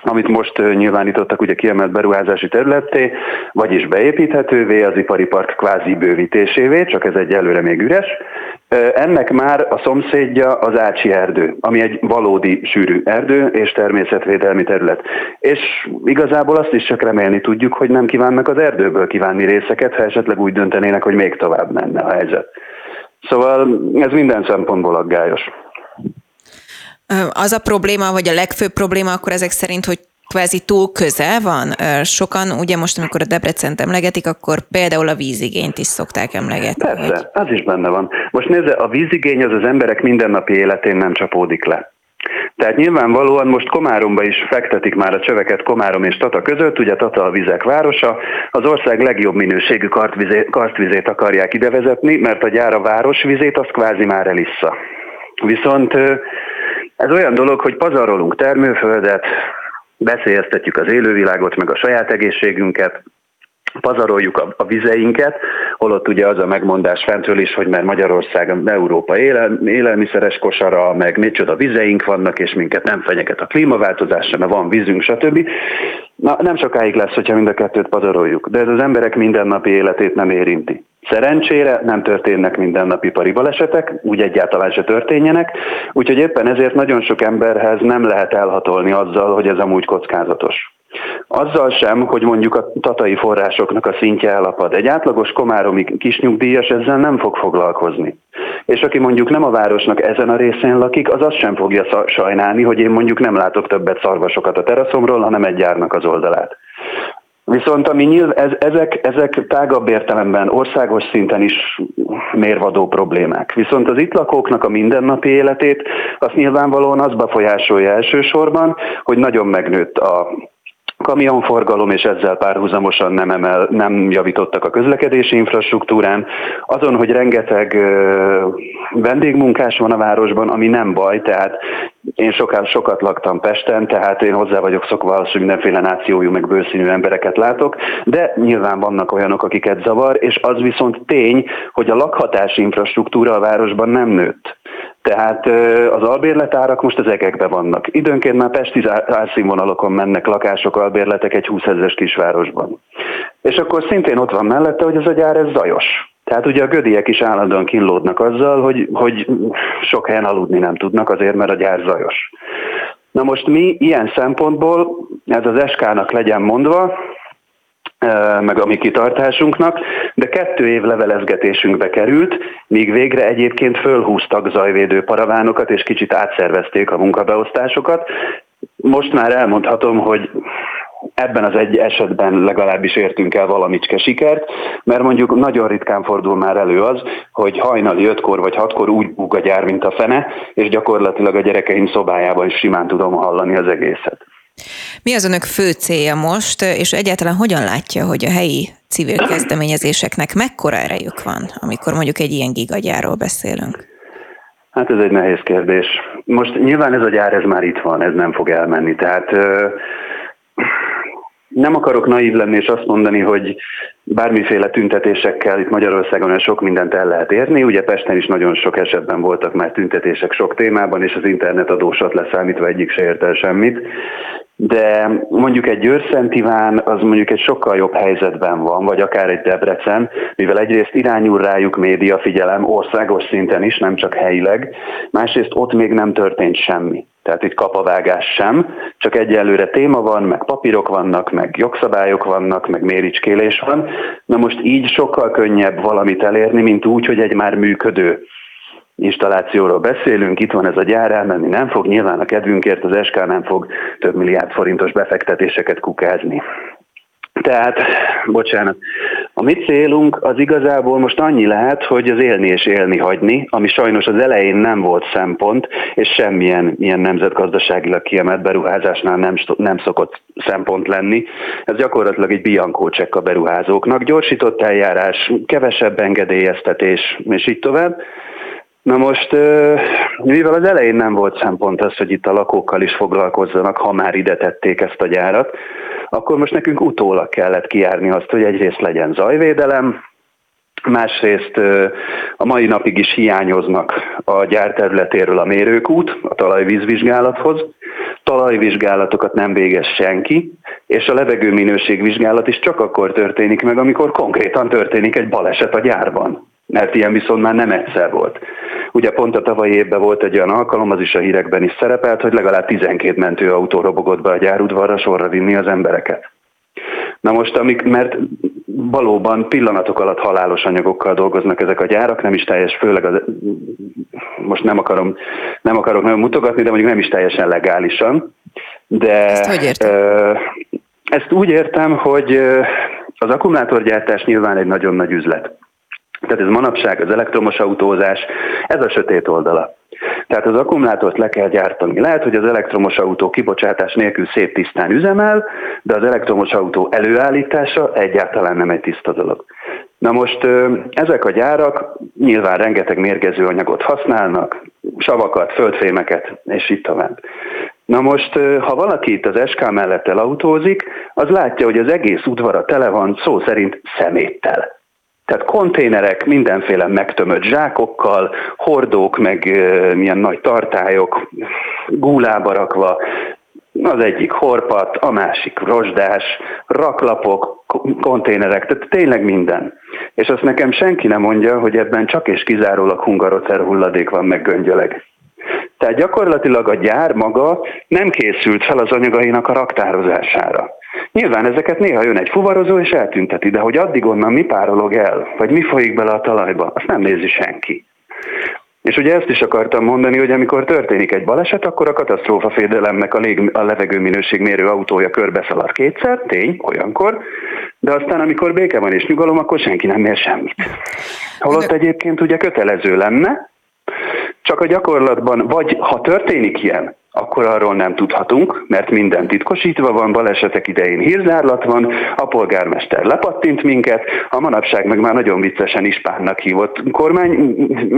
amit most nyilvánítottak ugye kiemelt beruházási területté, vagyis beépíthetővé, az ipari park kvázi bővítésévé, csak ez egyelőre még üres. Ennek már a szomszédja az Ácsi erdő, ami egy valódi sűrű erdő és természetvédelmi terület. És igazából azt is csak remélni tudjuk, hogy nem kívánnak az erdőből kívánni részeket, ha esetleg úgy döntenének, hogy még tovább menne a helyzet. Szóval ez minden szempontból aggályos. Az a probléma, vagy a legfőbb probléma akkor ezek szerint, hogy kvázi túl közel van? Sokan, ugye most, amikor a Debrecent emlegetik, akkor például a vízigényt is szokták emlegetni. Persze, hogy... az is benne van. Most nézze, a vízigény az az emberek mindennapi életén nem csapódik le. Tehát nyilvánvalóan most Komáromba is fektetik már a csöveket Komárom és Tata között, ugye Tata a vizek városa, az ország legjobb minőségű kartvizét, kartvizét akarják idevezetni, mert a gyár a városvizét azt kvázi már elissza. Viszont ez olyan dolog, hogy pazarolunk termőföldet, beszélyeztetjük az élővilágot, meg a saját egészségünket, pazaroljuk a, a vizeinket, holott ugye az a megmondás fentről is, hogy mert Magyarország Európa élel, élelmiszeres kosara, meg micsoda vizeink vannak, és minket nem fenyeget a klímaváltozás, mert van vízünk, stb. Na, nem sokáig lesz, hogyha mind a kettőt pazaroljuk, de ez az emberek mindennapi életét nem érinti. Szerencsére nem történnek mindennapi ipari balesetek, úgy egyáltalán se történjenek, úgyhogy éppen ezért nagyon sok emberhez nem lehet elhatolni azzal, hogy ez amúgy kockázatos. Azzal sem, hogy mondjuk a tatai forrásoknak a szintje elapad. Egy átlagos komáromi kisnyugdíjas ezzel nem fog foglalkozni. És aki mondjuk nem a városnak ezen a részén lakik, az azt sem fogja sajnálni, hogy én mondjuk nem látok többet szarvasokat a teraszomról, hanem egy gyárnak az oldalát. Viszont ami nyilv, ez, ezek, ezek tágabb értelemben országos szinten is mérvadó problémák. Viszont az itt lakóknak a mindennapi életét azt nyilvánvalóan az befolyásolja elsősorban, hogy nagyon megnőtt a kamionforgalom, és ezzel párhuzamosan nem, emel, nem javítottak a közlekedési infrastruktúrán. Azon, hogy rengeteg ö, vendégmunkás van a városban, ami nem baj, tehát én sokat, sokat laktam Pesten, tehát én hozzá vagyok szokva az, hogy mindenféle nációjú, meg bőrszínű embereket látok, de nyilván vannak olyanok, akiket zavar, és az viszont tény, hogy a lakhatási infrastruktúra a városban nem nőtt. Tehát az albérletárak most az egekben vannak. Időnként már pesti árszínvonalokon mennek lakások, albérletek egy húszezres kisvárosban. És akkor szintén ott van mellette, hogy ez a gyár ez zajos. Tehát ugye a gödiek is állandóan kínlódnak azzal, hogy, hogy sok helyen aludni nem tudnak azért, mert a gyár zajos. Na most mi ilyen szempontból, ez az es ká-nak legyen mondva, meg a mi kitartásunknak, de kettő év levelezgetésünkbe került, míg végre egyébként fölhúztak zajvédő paravánokat, és kicsit átszervezték a munkabeosztásokat. Most már elmondhatom, hogy ebben az egy esetben legalábbis értünk el valamicske sikert, mert mondjuk nagyon ritkán fordul már elő az, hogy hajnali ötkor vagy hatkor úgy búg a gyár, mint a fene, és gyakorlatilag a gyerekeim szobájában is simán tudom hallani az egészet. Mi az önök fő célja most, és egyáltalán hogyan látja, hogy a helyi civil kezdeményezéseknek mekkora erejük van, amikor mondjuk egy ilyen gigagyárról beszélünk? Hát ez egy nehéz kérdés. Most nyilván ez a gyár, ez már itt van, ez nem fog elmenni. Tehát nem akarok naív lenni és azt mondani, hogy bármiféle tüntetésekkel itt Magyarországon sok mindent el lehet érni. Ugye Pesten is nagyon sok esetben voltak már tüntetések sok témában, és az internet adósat leszámítva egyik se ért el semmit. De mondjuk egy Győr-Szent Iván az mondjuk egy sokkal jobb helyzetben van, vagy akár egy Debrecen, mivel egyrészt irányul rájuk média figyelem országos szinten is, nem csak helyileg, másrészt ott még nem történt semmi. Tehát itt kapavágás sem, csak egyelőre téma van, meg papírok vannak, meg jogszabályok vannak, meg méricskélés van. Na most így sokkal könnyebb valamit elérni, mint úgy, hogy egy már működő installációról beszélünk, itt van ez a gyár, elmenni nem fog, nyilván a kedvünkért az es ká nem fog több milliárd forintos befektetéseket kukázni. Tehát, bocsánat, a mi célunk az igazából most annyi lehet, hogy az élni és élni hagyni, ami sajnos az elején nem volt szempont, és semmilyen ilyen nemzetgazdaságilag kiemelt beruházásnál nem, nem szokott szempont lenni. Ez gyakorlatilag egy biankó csekk a beruházóknak, gyorsított eljárás, kevesebb engedélyeztetés, és így tovább. Na most, mivel az elején nem volt szempont az, hogy itt a lakókkal is foglalkozzanak, ha már ide tették ezt a gyárat, akkor most nekünk utólag kellett kijárni azt, hogy egyrészt legyen zajvédelem, másrészt a mai napig is hiányoznak a gyár területéről a mérőkút a talajvízvizsgálathoz. talajvizsgálatokat nem végez senki, és a levegőminőségvizsgálat is csak akkor történik meg, amikor konkrétan történik egy baleset a gyárban. Mert ilyen viszont már nem egyszer volt. Ugye pont a tavalyi évben volt egy olyan alkalom, az is a hírekben is szerepelt, hogy legalább tizenkét mentőautó robogott be a gyárudvarra sorra vinni az embereket. Na most, amik, mert valóban pillanatok alatt halálos anyagokkal dolgoznak ezek a gyárak, nem is teljes, főleg az, most nem akarom, nem akarok nagyon mutogatni, de mondjuk nem is teljesen legálisan. De ezt hogy értem? Ezt úgy értem, hogy az akkumulátorgyártás nyilván egy nagyon nagy üzlet. Tehát ez manapság az elektromos autózás, ez a sötét oldala. Tehát az akkumulátort le kell gyártani. Lehet, hogy az elektromos autó kibocsátás nélkül szép tisztán üzemel, de az elektromos autó előállítása egyáltalán nem egy tiszta dolog. Na most ezek a gyárak nyilván rengeteg mérgező anyagot használnak, savakat, földfémeket, és így tovább. Na most, ha valaki itt az es ká mellett elautózik, az látja, hogy az egész udvara tele van szó szerint szeméttel. Tehát konténerek, mindenféle megtömött zsákokkal, hordók, meg e, milyen nagy tartályok, gúlába rakva, az egyik horpat, a másik rozsdás, raklapok, konténerek, tehát tényleg minden. És azt nekem senki nem mondja, hogy ebben csak és kizárólag hungarocer hulladék van, meg göngyöleg. Tehát gyakorlatilag a gyár maga nem készült fel az anyagainak a raktározására. Nyilván ezeket néha jön egy fuvarozó és eltünteti, de hogy addig onnan mi párolog el, vagy mi folyik bele a talajba, azt nem nézi senki. És ugye ezt is akartam mondani, hogy amikor történik egy baleset, akkor a katasztrófafédelemnek a, lég, a levegőminőségmérő autója körbeszalad kétszer, tény, olyankor, de aztán amikor béke van és nyugalom, akkor senki nem mér semmit. Holott egyébként ugye kötelező lenne, csak a gyakorlatban, vagy ha történik ilyen, akkor arról nem tudhatunk, mert minden titkosítva van, balesetek idején hírzárlat van, a polgármester lepattint minket, a manapság meg már nagyon viccesen ispánnak hívott kormány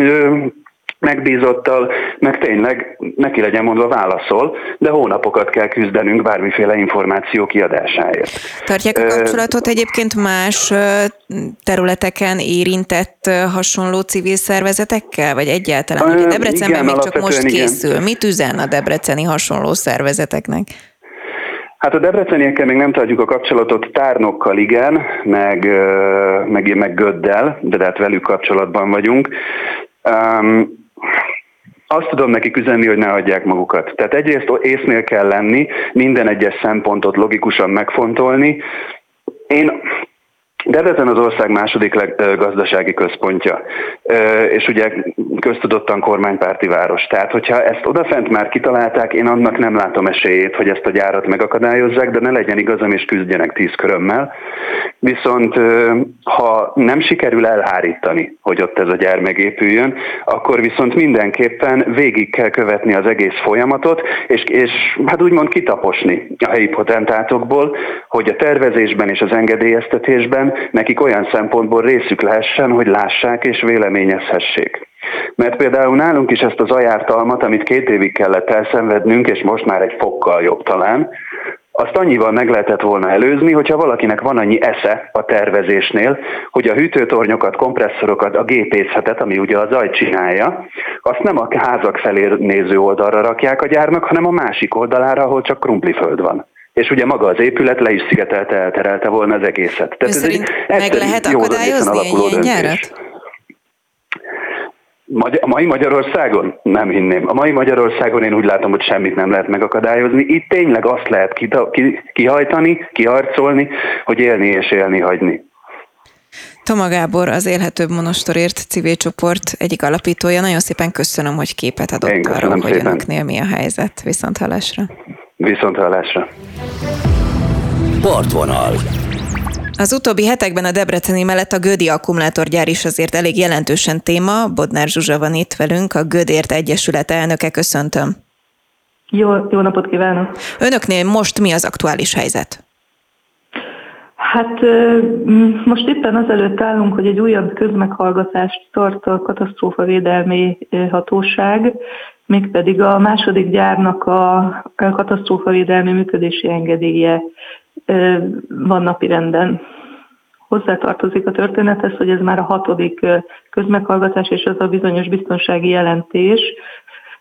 megbízottal, meg tényleg neki legyen mondva válaszol, de hónapokat kell küzdenünk bármiféle információ kiadásáért. Tartják a kapcsolatot egyébként más területeken érintett hasonló civil szervezetekkel, vagy egyáltalán? Ugye Debrecenben igen, még csak most készül. Igen. Mit üzen a debreceni hasonló szervezeteknek? Hát a debreceniekkel még nem tartjuk a kapcsolatot, tárnokkal igen, meg, meg, meg Göddel, de hát velük kapcsolatban vagyunk. Um, Azt tudom nekik üzenni, hogy ne adják magukat. Tehát egyrészt észnél kell lenni, minden egyes szempontot logikusan megfontolni. Én Debrecen az ország második leggazdasági központja, és ugye köztudottan kormánypárti város. Tehát, hogyha ezt odafent már kitalálták, én annak nem látom esélyét, hogy ezt a gyárat megakadályozzák, de ne legyen igazam, és küzdjenek tíz körömmel. Viszont ha nem sikerül elhárítani, hogy ott ez a gyár megépüljön, akkor viszont mindenképpen végig kell követni az egész folyamatot, és, és hát úgymond kitaposni a helyi potentátokból, hogy a tervezésben és az engedélyeztetésben nekik olyan szempontból részük lehessen, hogy lássák és véleményezhessék. Mert például nálunk is ezt az ajártalmat, amit két évig kellett elszenvednünk, és most már egy fokkal jobb talán, azt annyival meg lehetett volna előzni, hogyha valakinek van annyi esze a tervezésnél, hogy a hűtőtornyokat, kompresszorokat, a gépészetet, ami ugye a zaj csinálja, azt nem a házak felé néző oldalra rakják a gyárnak, hanem a másik oldalára, ahol csak krumpliföld van. És ugye maga az épület le is szigetelte, elterelte volna az egészet. Tehát ez egy meg lehet akadályozni egy ilyen gyárat? A mai Magyarországon? Nem hinném. A mai Magyarországon én úgy látom, hogy semmit nem lehet megakadályozni. Itt tényleg azt lehet kihajtani, kiharcolni, hogy élni és élni hagyni. Toma Gábor, az Élhetőbb Monostorért civil csoport egyik alapítója. Nagyon szépen köszönöm, hogy képet adott arról, hogy önöknél mi a helyzet. Viszonthallásra. Viszonthallásra. Partvonal. Az utóbbi hetekben a debreceni mellett a Gödi akkumulátorgyár is azért elég jelentősen téma. Bodnár Zsuzsa van itt velünk, a Gödért Egyesület elnöke. Köszöntöm. Jó, jó napot kívánok! Önöknél most mi az aktuális helyzet? Hát most éppen azelőtt állunk, hogy egy újabb közmeghallgatást tart a katasztrófavédelmi hatóság, mégpedig a második gyárnak a katasztrófavédelmi működési engedélye van napirenden. Hozzátartozik a történethez, hogy ez már a hatodik közmeghallgatás, és ez a bizonyos biztonsági jelentés,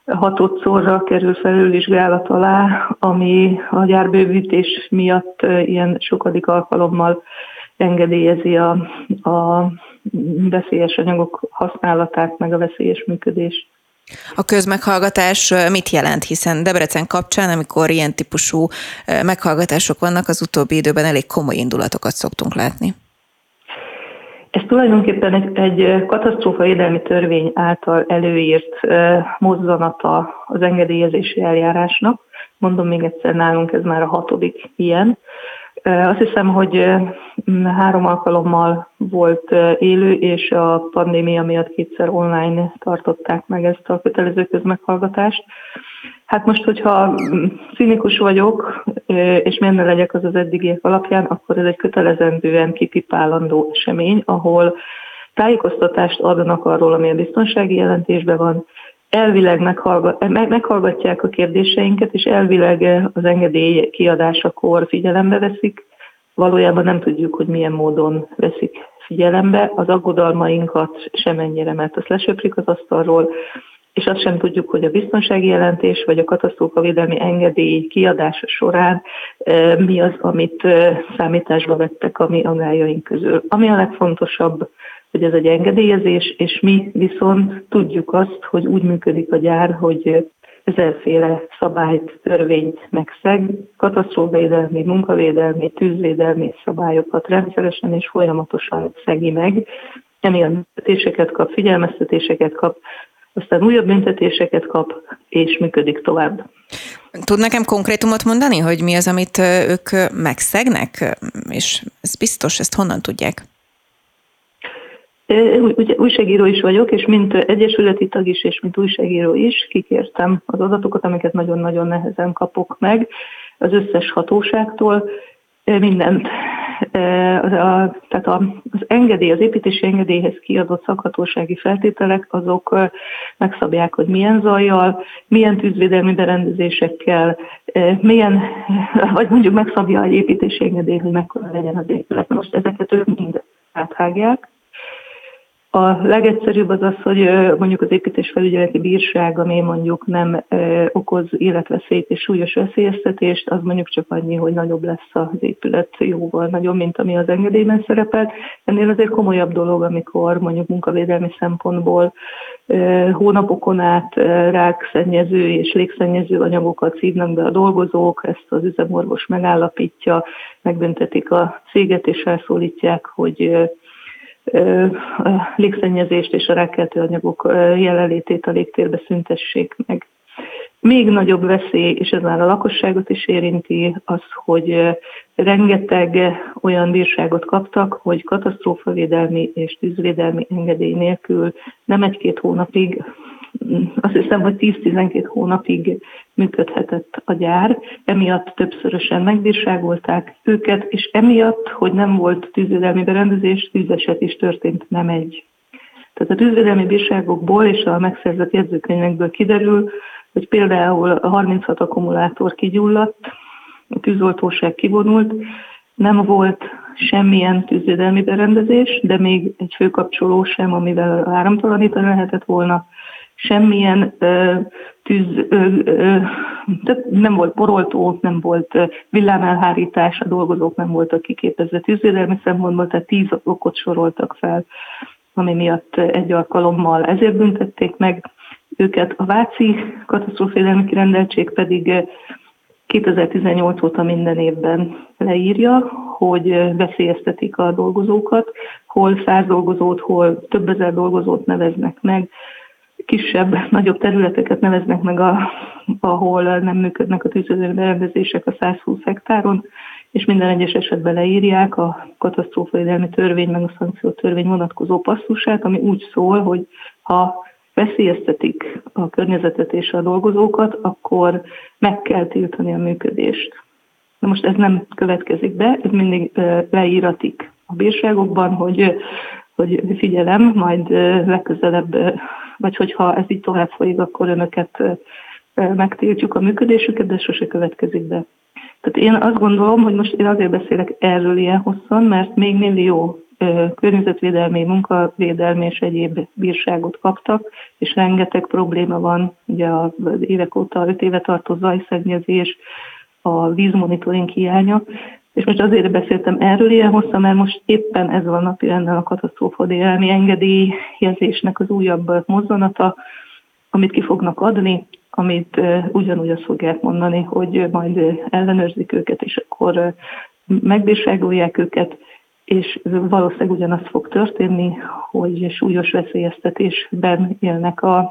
hatodszorra kerül felülvizsgálat alá, ami a gyárbővítés miatt ilyen sokadik alkalommal engedélyezi a, a veszélyes anyagok használatát, meg a veszélyes működést. A közmeghallgatás mit jelent, hiszen Debrecen kapcsán, amikor ilyen típusú meghallgatások vannak, az utóbbi időben elég komoly indulatokat szoktunk látni. Ez tulajdonképpen egy, egy katasztrófavédelmi törvény által előírt mozzanata az engedélyezési eljárásnak. Mondom még egyszer, nálunk ez már a hatodik ilyen. Azt hiszem, hogy három alkalommal volt élő, és a pandémia miatt kétszer online tartották meg ezt a kötelező közmeghallgatást. Hát most, hogyha cinikus vagyok, és miért ne legyek az az eddigiek alapján, akkor ez egy kötelezendően kipipálandó esemény, ahol tájékoztatást adnak arról, ami a biztonsági jelentésben van, elvileg meghallgatják a kérdéseinket, és elvileg az engedély kiadásakor figyelembe veszik. Valójában nem tudjuk, hogy milyen módon veszik figyelembe. Az aggodalmainkat semennyire, mert azt lesöprik az asztalról, és azt sem tudjuk, hogy a biztonsági jelentés vagy a katasztrófavédelmi engedély kiadása során mi az, amit számításba vettek a mi agályaink közül. Ami a legfontosabb, hogy ez egy engedélyezés, és mi viszont tudjuk azt, hogy úgy működik a gyár, hogy ezerféle szabályt, törvényt megszeg, katasztrófavédelmi, munkavédelmi, tűzvédelmi szabályokat rendszeresen és folyamatosan szegi meg, emiatt büntetéseket kap, figyelmeztetéseket kap, aztán újabb büntetéseket kap, és működik tovább. Tud nekem konkrétumot mondani, hogy mi az, amit ők megszegnek? És ez biztos, ezt honnan tudják? Újságíró is vagyok, és mint egyesületi tag is, és mint újságíró is kikértem az adatokat, amiket nagyon-nagyon nehezen kapok meg az összes hatóságtól, mindent. Tehát az engedély, az építési engedélyhez kiadott szakhatósági feltételek, azok megszabják, hogy milyen zajjal, milyen tűzvédelmi berendezésekkel, milyen, vagy mondjuk megszabja egy építési engedély, hogy mekkora legyen az épület. Most ezeket ők mind áthágják. A legegyszerűbb az az, hogy mondjuk az építésfelügyeleti bírság, ami mondjuk nem okoz életveszélyt és súlyos veszélyeztetést, az mondjuk csak annyi, hogy nagyobb lesz az épület jóval nagyobb, mint ami az engedélyben szerepel. Ennél azért komolyabb dolog, amikor mondjuk munkavédelmi szempontból hónapokon át rákszennyező és légszennyező anyagokat szívnak be a dolgozók, ezt az üzemorvos megállapítja, megbüntetik a céget és felszólítják, hogy a légszennyezést és a rákkeltő anyagok jelenlétét a légtérbe szüntessék meg. Még nagyobb veszély, és ez már a lakosságot is érinti, az, hogy rengeteg olyan bírságot kaptak, hogy katasztrófavédelmi és tűzvédelmi engedély nélkül nem egy-két hónapig, azt hiszem, hogy tíz-tizenkét hónapig működhetett a gyár, emiatt többszörösen megbírságolták őket, és emiatt, hogy nem volt tűzvédelmi berendezés, tűzeset is történt, nem egy. Tehát a tűzvédelmi bírságokból és a megszerzett jegyzőkönyvekből kiderül, hogy például a harminchat akkumulátor kigyulladt, a tűzoltóság kivonult, nem volt semmilyen tűzvédelmi berendezés, de még egy főkapcsoló sem, amivel áramtalanítani lehetett volna, semmilyen ö, tűz, ö, ö, nem volt boroltó, nem volt villámelhárítás, a dolgozók nem voltak kiképezve tűzvédelmi szempontból, tehát tíz okot soroltak fel, ami miatt egy alkalommal ezért büntették meg őket. A váci katasztrófavédelmi kirendeltség pedig kétezer-tizennyolc óta minden évben leírja, hogy veszélyeztetik a dolgozókat, hol száz dolgozót, hol több ezer dolgozót neveznek meg, kisebb, nagyobb területeket neveznek meg, a, ahol nem működnek a tűzvédelmi berendezések a száz húsz hektáron, és minden egyes esetben leírják a katasztrófavédelmi törvény, meg a szankciótörvény vonatkozó passzusát, ami úgy szól, hogy ha veszélyeztetik a környezetet és a dolgozókat, akkor meg kell tiltani a működést. Na most ez nem következik be, ez mindig leíratik a bírságokban, hogy, hogy figyelem, majd legközelebb, vagy hogyha ez így tovább folyik, akkor önöket megtiltjuk a működésüket, de sose következik be. Tehát én azt gondolom, hogy most én azért beszélek erről ilyen hosszan, mert még millió környezetvédelmi, munkavédelmi és egyéb bírságot kaptak, és rengeteg probléma van, ugye az évek óta, öt éve tartó zajszennyezés, a vízmonitoring hiánya, és most azért beszéltem erről ilyen hosszan, mert most éppen ez van napirenden a katasztrófadélelmi engedélyezésnek az újabb mozzanata, amit ki fognak adni, amit ugyanúgy azt fogják mondani, hogy majd ellenőrzik őket, és akkor megbírságolják őket, és valószínűleg ugyanazt fog történni, hogy súlyos veszélyeztetésben élnek a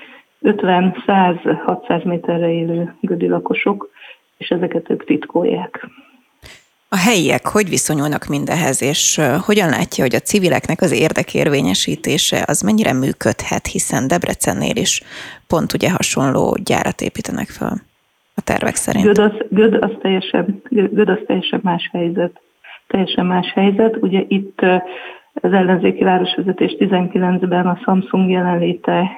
ötven-száz-hatszáz méterre élő gödi lakosok, és ezeket ők titkolják. A helyiek hogy viszonyulnak mindehez, és hogyan látja, hogy a civileknek az érdekérvényesítése az mennyire működhet, hiszen Debrecennél is pont ugye hasonló gyárat építenek fel a tervek szerint? Göd az, Göd az, teljesen, Göd az teljesen más helyzet. Teljesen más helyzet. Ugye itt az ellenzéki városvezetés tizenkilencben a Samsung jelenléte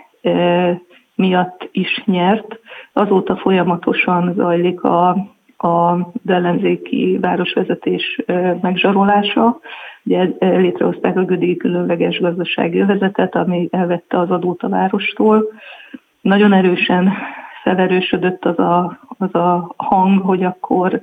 miatt is nyert. Azóta folyamatosan zajlik a az ellenzéki városvezetés megzsarolása. Ugye létrehozták a gödi különleges gazdasági övezetet, ami elvette az adót a várostól. Nagyon erősen felerősödött az a, az a hang, hogy akkor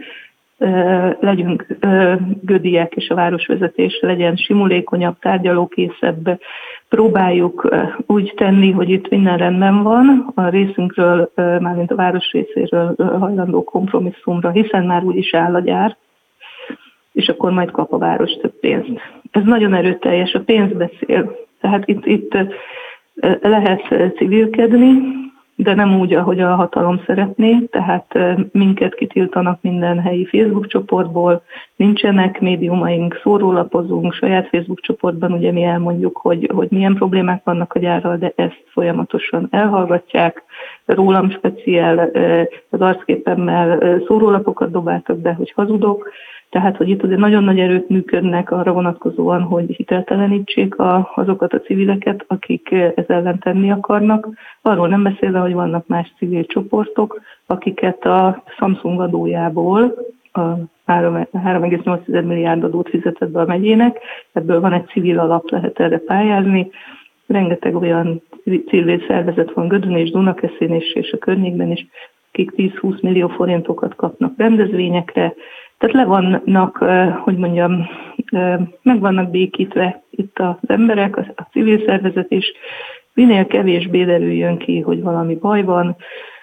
legyünk gödiek, és a városvezetés legyen simulékonyabb, tárgyalókészebb, próbáljuk úgy tenni, hogy itt minden rendben van, a részünkről, mármint a város részéről hajlandó kompromisszumra, hiszen már úgyis áll a gyár, és akkor majd kap a város több pénzt. Ez nagyon erőteljes, a pénz beszél. Tehát itt, itt lehet civilkedni, de nem úgy, ahogy a hatalom szeretné, tehát minket kitiltanak minden helyi Facebook csoportból, nincsenek médiumaink, szórólapozunk, saját Facebook csoportban ugye mi elmondjuk, hogy, hogy milyen problémák vannak a gyárral, de ezt folyamatosan elhallgatják. Rólam speciál az arcképemmel szórólapokat dobáltak be, hogy hazudok, tehát, hogy itt azért nagyon nagy erők működnek arra vonatkozóan, hogy hiteltelenítsék a, azokat a civileket, akik ez ellen tenni akarnak. Arról nem beszélve, hogy vannak más civil csoportok, akiket a Samsung adójából a három egész nyolc milliárd adót fizetett be a megyének, ebből van egy civil alap, lehet erre pályázni. Rengeteg olyan civil szervezet van Gödön és Dunakeszin és, és a környékben is, akik tíz-húsz millió forintokat kapnak rendezvényekre. Tehát le vannak, hogy mondjam, meg vannak békítve itt az emberek, a civil szervezet is, minél kevésbé derüljön ki, hogy valami baj van.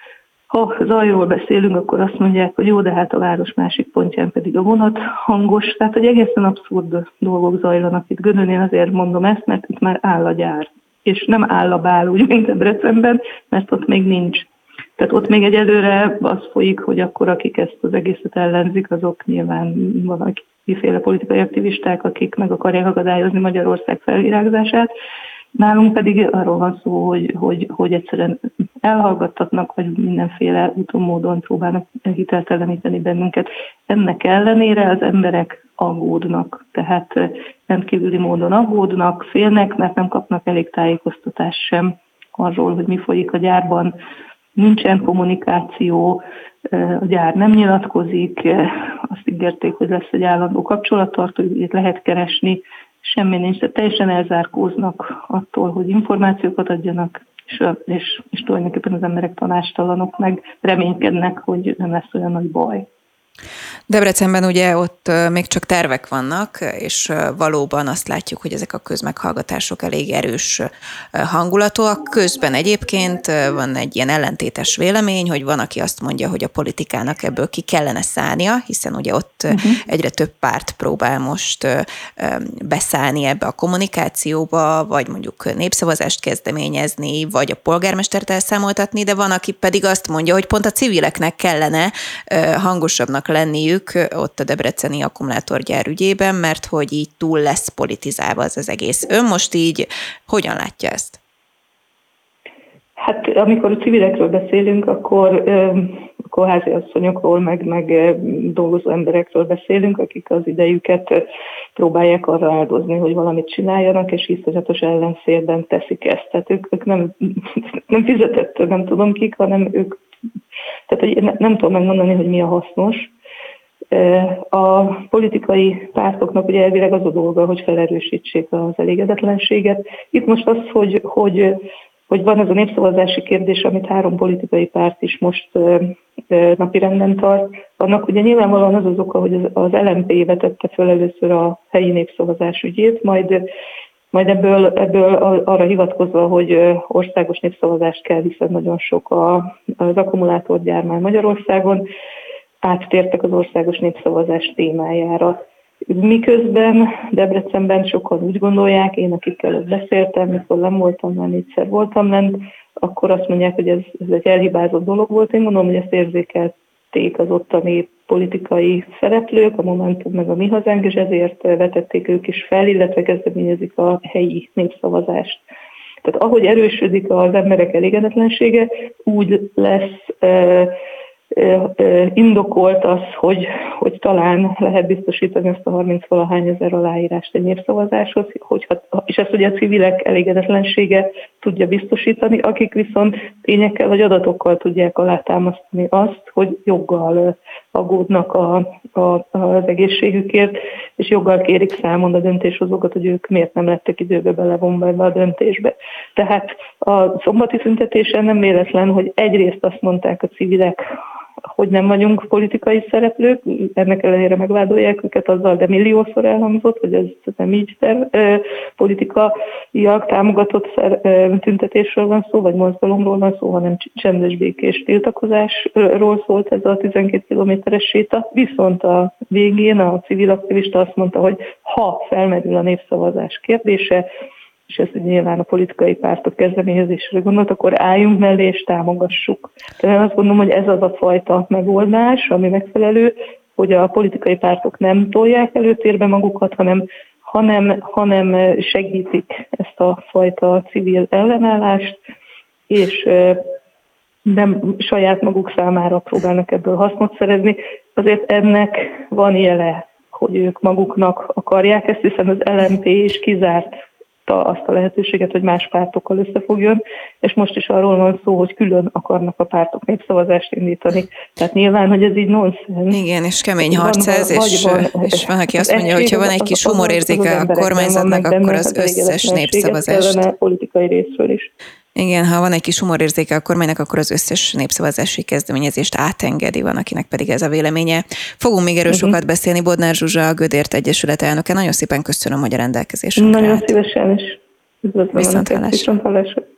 Ha zajról beszélünk, akkor azt mondják, hogy jó, de hát a város másik pontján pedig a vonat hangos. Tehát, hogy egészen abszurd dolgok zajlanak itt Gödönél, azért mondom ezt, mert itt már áll a gyár. És nem áll a bál úgy, mint Debrecenben, mert ott még nincs. Tehát ott még egyelőre az folyik, hogy akkor akik ezt az egészet ellenzik, azok nyilván valamiféle politikai aktivisták, akik meg akarják akadályozni Magyarország felvirágzását. Nálunk pedig arról van szó, hogy, hogy, hogy egyszerűen elhallgattatnak, vagy mindenféle úton módon próbálnak hitelteleníteni bennünket. Ennek ellenére az emberek aggódnak, tehát rendkívüli módon aggódnak, félnek, mert nem kapnak elég tájékoztatást sem arról, hogy mi folyik a gyárban. Nincsen kommunikáció, a gyár nem nyilatkozik, azt ígérték, hogy lesz egy állandó kapcsolattartó, hogy itt lehet keresni, semmi nincs, de teljesen elzárkóznak attól, hogy információkat adjanak, és, és, és tulajdonképpen az emberek tanástalanok, meg reménykednek, hogy nem lesz olyan nagy baj. Debrecenben ugye ott még csak tervek vannak, és valóban azt látjuk, hogy ezek a közmeghallgatások elég erős hangulatúak. Közben egyébként van egy ilyen ellentétes vélemény, hogy van, aki azt mondja, hogy a politikának ebből ki kellene szállnia, hiszen ugye ott uh-huh. egyre több párt próbál most beszállni ebbe a kommunikációba, vagy mondjuk népszavazást kezdeményezni, vagy a polgármestert elszámoltatni, de van, aki pedig azt mondja, hogy pont a civileknek kellene hangosabbnak lenniük ott a debreceni akkumulátorgyár ügyében, mert hogy így túl lesz politizálva az az egész. Ön most így hogyan látja ezt? Hát amikor a civilekről beszélünk, akkor, akkor háziasszonyokról, meg, meg dolgozó emberekről beszélünk, akik az idejüket próbálják arra áldozni, hogy valamit csináljanak, és iszonyatos ellenszélben teszik ezt. Tehát ők, ők nem, nem fizetett, nem tudom kik, hanem ők, tehát nem tudom megmondani, hogy mi a hasznos. A politikai pártoknak ugye elvileg az a dolga, hogy felerősítsék az elégedetlenséget. Itt most az, hogy, hogy, hogy van ez a népszavazási kérdés, amit három politikai párt is most napirenden tart, annak ugye nyilvánvalóan az az oka, hogy az el em pé vetette föl először a helyi népszavazás ügyét, majd Majd ebből, ebből arra hivatkozva, hogy országos népszavazást kell, hiszen nagyon sok az akkumulátorgyár már Magyarországon, áttértek az országos népszavazás témájára. Miközben Debrecenben sokan úgy gondolják, én akikkel ott beszéltem, mikor nem voltam, már négyszer voltam lent, akkor azt mondják, hogy ez, ez egy elhibázott dolog volt. Én gondolom, hogy ezt érzékelték az ottani politikai szereplők, a Momentum meg a Mi Hazánk, és ezért vetették ők is fel, illetve kezdeményezik a helyi népszavazást. Tehát ahogy erősödik az emberek elégedetlensége, úgy lesz e, indokolt az, hogy, hogy talán lehet biztosítani ezt a harminc-valahány ezer aláírást egy népszavazáshoz, hogyha, és ezt ugye a civilek elégedetlensége tudja biztosítani, akik viszont tényekkel vagy adatokkal tudják alátámasztani azt, hogy joggal aggódnak a, a, az egészségükért, és joggal kérik számon a döntéshozókat, hogy ők miért nem lettek időbe belevonva ebbe a döntésbe. Tehát a szombati tüntetésen nem véletlen, hogy egyrészt azt mondták a civilek, hogy nem vagyunk politikai szereplők, ennek ellenére megvádolják őket azzal, de milliószor elhangzott, hogy ez nem így ter, e, politikaiak támogatott szer, e, tüntetésről van szó, vagy mozgalomról van szó, hanem csendes békés tiltakozásról szólt ez a tizenkét kilométeres séta. Viszont a végén a civil aktivista azt mondta, hogy ha felmerül a népszavazás kérdése, és ez nyilván a politikai pártok kezdeményezésre gondolt, akkor álljunk mellé és támogassuk. Tehát én azt gondolom, hogy ez az a fajta megoldás, ami megfelelő, hogy a politikai pártok nem tolják előtérbe magukat, hanem, hanem, hanem segítik ezt a fajta civil ellenállást, és nem saját maguk számára próbálnak ebből hasznot szerezni. Azért ennek van jele, hogy ők maguknak akarják ezt, hiszen az el em pé is kizárt azt a lehetőséget, hogy más pártokkal összefogjon, és most is arról van szó, hogy külön akarnak a pártok népszavazást indítani. Tehát nyilván, hogy ez így nonsens. Igen, és kemény harc ez, és, van, és van, aki azt mondja, hogy ha van egy kis humorérzéke a kormányzatnak, akkor az összes népszavazást. Politikai részről is. Igen, ha van egy kis humorérzéke a kormánynak, akkor az összes népszavazási kezdeményezést átengedi, van, akinek pedig ez a véleménye. Fogunk még erről uh-huh. sokat beszélni. Bodnár Zsuzsa, a Gödért Egyesület elnöke. Nagyon szépen köszönöm, hogy a rendelkezésünkre Nagyon állt. szívesen is. Viszonthallásra.